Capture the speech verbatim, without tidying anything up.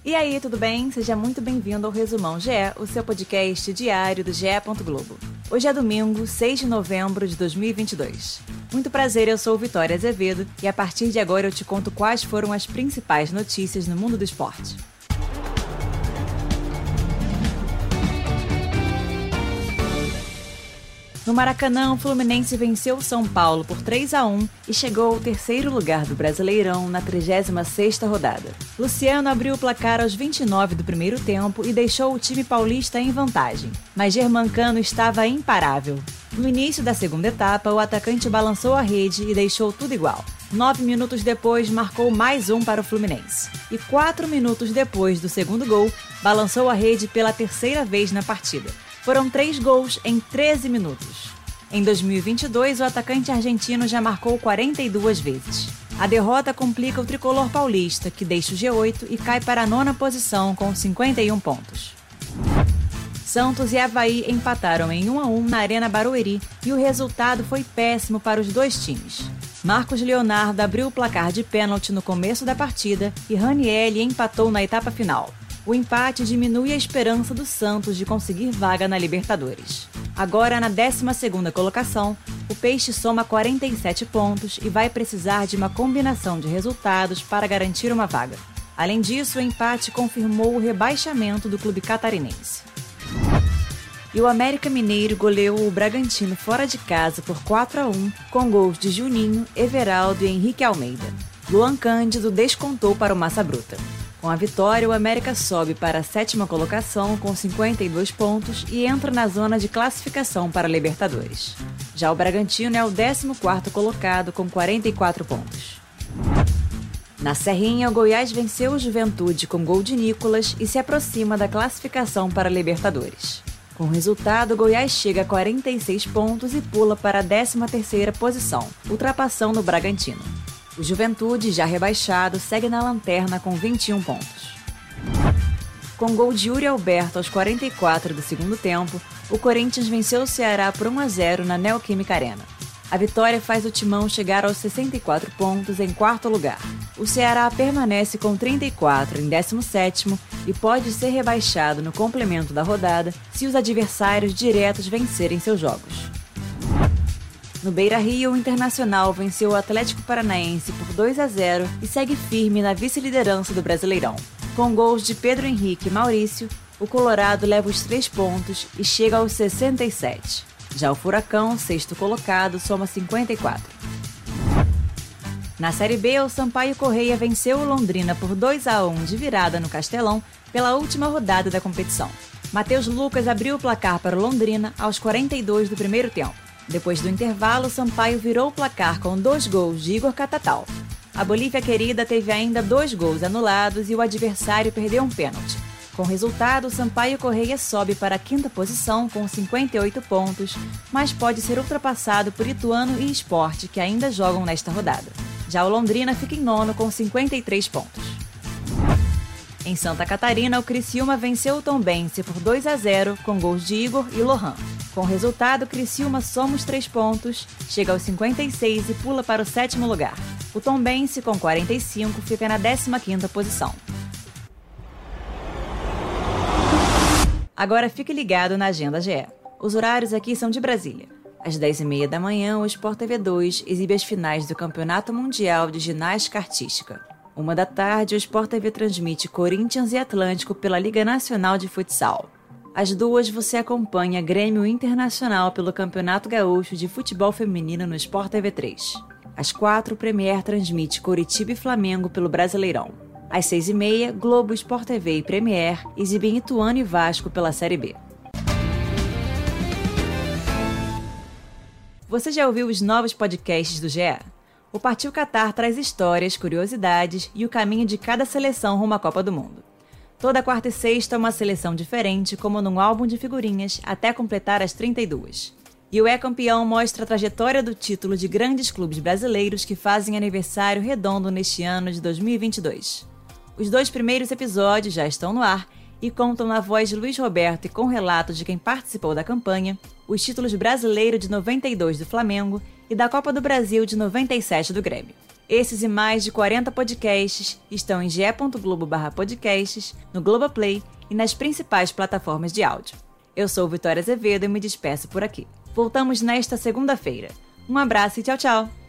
E aí, tudo bem? Seja muito bem-vindo ao Resumão G E, o seu podcast diário do G E. Globo. Hoje é domingo, seis de novembro de dois mil e vinte e dois. Muito prazer, eu sou Vitória Azevedo e a partir de agora eu te conto quais foram as principais notícias no mundo do esporte. No Maracanã, o Fluminense venceu o São Paulo por três a um e chegou ao terceiro lugar do Brasileirão na trigésima sexta rodada. Luciano abriu o placar aos vinte e nove do primeiro tempo e deixou o time paulista em vantagem, mas Germancano estava imparável. No início da segunda etapa, o atacante balançou a rede e deixou tudo igual. Nove minutos depois, marcou mais um para o Fluminense. E quatro minutos depois do segundo gol, balançou a rede pela terceira vez na partida. Foram três gols em treze minutos. Em dois mil e vinte e dois, o atacante argentino já marcou quarenta e duas vezes. A derrota complica o tricolor paulista, que deixa o G oito e cai para a nona posição com cinquenta e um pontos. Santos e Avaí empataram em um a um na Arena Barueri e o resultado foi péssimo para os dois times. Marcos Leonardo abriu o placar de pênalti no começo da partida e Ranieri empatou na etapa final. O empate diminui a esperança do Santos de conseguir vaga na Libertadores. Agora, na décima segunda colocação, o Peixe soma quarenta e sete pontos e vai precisar de uma combinação de resultados para garantir uma vaga. Além disso, o empate confirmou o rebaixamento do clube catarinense. E o América Mineiro goleou o Bragantino fora de casa por quatro a um, com gols de Juninho, Everaldo e Henrique Almeida. Luan Cândido descontou para o Massa Bruta. Com a vitória, o América sobe para a sétima colocação com cinquenta e dois pontos e entra na zona de classificação para a Libertadores. Já o Bragantino é o décimo quarto colocado com quarenta e quatro pontos. Na Serrinha, o Goiás venceu o Juventude com gol de Nicolas e se aproxima da classificação para a Libertadores. Com o resultado, o Goiás chega a quarenta e seis pontos e pula para a décima terceira posição, ultrapassando o Bragantino. O Juventude, já rebaixado, segue na lanterna com vinte e um pontos. Com gol de Yuri Alberto aos quarenta e quatro do segundo tempo, o Corinthians venceu o Ceará por um a zero na Neoquímica Arena. A vitória faz o Timão chegar aos sessenta e quatro pontos em quarto lugar. O Ceará permanece com trinta e quatro em décimo sétimo e pode ser rebaixado no complemento da rodada se os adversários diretos vencerem seus jogos. No Beira-Rio, o Internacional venceu o Atlético Paranaense por dois a zero e segue firme na vice-liderança do Brasileirão. Com gols de Pedro Henrique e Maurício, o Colorado leva os três pontos e chega aos sessenta e sete. Já o Furacão, sexto colocado, soma cinquenta e quatro. Na Série B, o Sampaio Corrêa venceu o Londrina por dois a um de virada no Castelão pela última rodada da competição. Matheus Lucas abriu o placar para o Londrina aos quarenta e dois do primeiro tempo. Depois do intervalo, o Sampaio virou o placar com dois gols de Igor Catatal. A Bolívia querida teve ainda dois gols anulados e o adversário perdeu um pênalti. Com o resultado, o Sampaio Corrêa sobe para a quinta posição com cinquenta e oito pontos, mas pode ser ultrapassado por Ituano e Sport, que ainda jogam nesta rodada. Já o Londrina fica em nono com cinquenta e três pontos. Em Santa Catarina, o Criciúma venceu o Tombense por dois a zero com gols de Igor e Lohan. Com o resultado, o Criciúma soma os três pontos, chega aos cinquenta e seis e pula para o sétimo lugar. O Tombense, com quarenta e cinco, fica na décima quinta posição. Agora fique ligado na Agenda G E. Os horários aqui são de Brasília. Às dez e meia da manhã, o Sport T V dois exibe as finais do Campeonato Mundial de Ginástica Artística. Uma da tarde, o Sport T V transmite Corinthians e Atlântico pela Liga Nacional de Futsal. Às duas, você acompanha Grêmio Internacional pelo Campeonato Gaúcho de Futebol Feminino no Sport T V três. Às quatro, o Premier transmite Coritiba e Flamengo pelo Brasileirão. Às seis e meia, Globo, Sport T V e Premier exibem Ituano e Vasco pela Série B. Você já ouviu os novos podcasts do G E? O Partiu Qatar traz histórias, curiosidades e o caminho de cada seleção rumo à Copa do Mundo. Toda quarta e sexta, uma seleção diferente, como num álbum de figurinhas, até completar as trinta e duas. E o É Campeão mostra a trajetória do título de grandes clubes brasileiros que fazem aniversário redondo neste ano de dois mil e vinte e dois. Os dois primeiros episódios já estão no ar e contam na voz de Luiz Roberto e com relatos de quem participou da campanha, os títulos brasileiro de noventa e dois do Flamengo e da Copa do Brasil de noventa e sete do Grêmio. Esses e mais de quarenta podcasts estão em ge ponto globo barra podcasts, no Globoplay e nas principais plataformas de áudio. Eu sou Vitória Azevedo e me despeço por aqui. Voltamos nesta segunda-feira. Um abraço e tchau, tchau!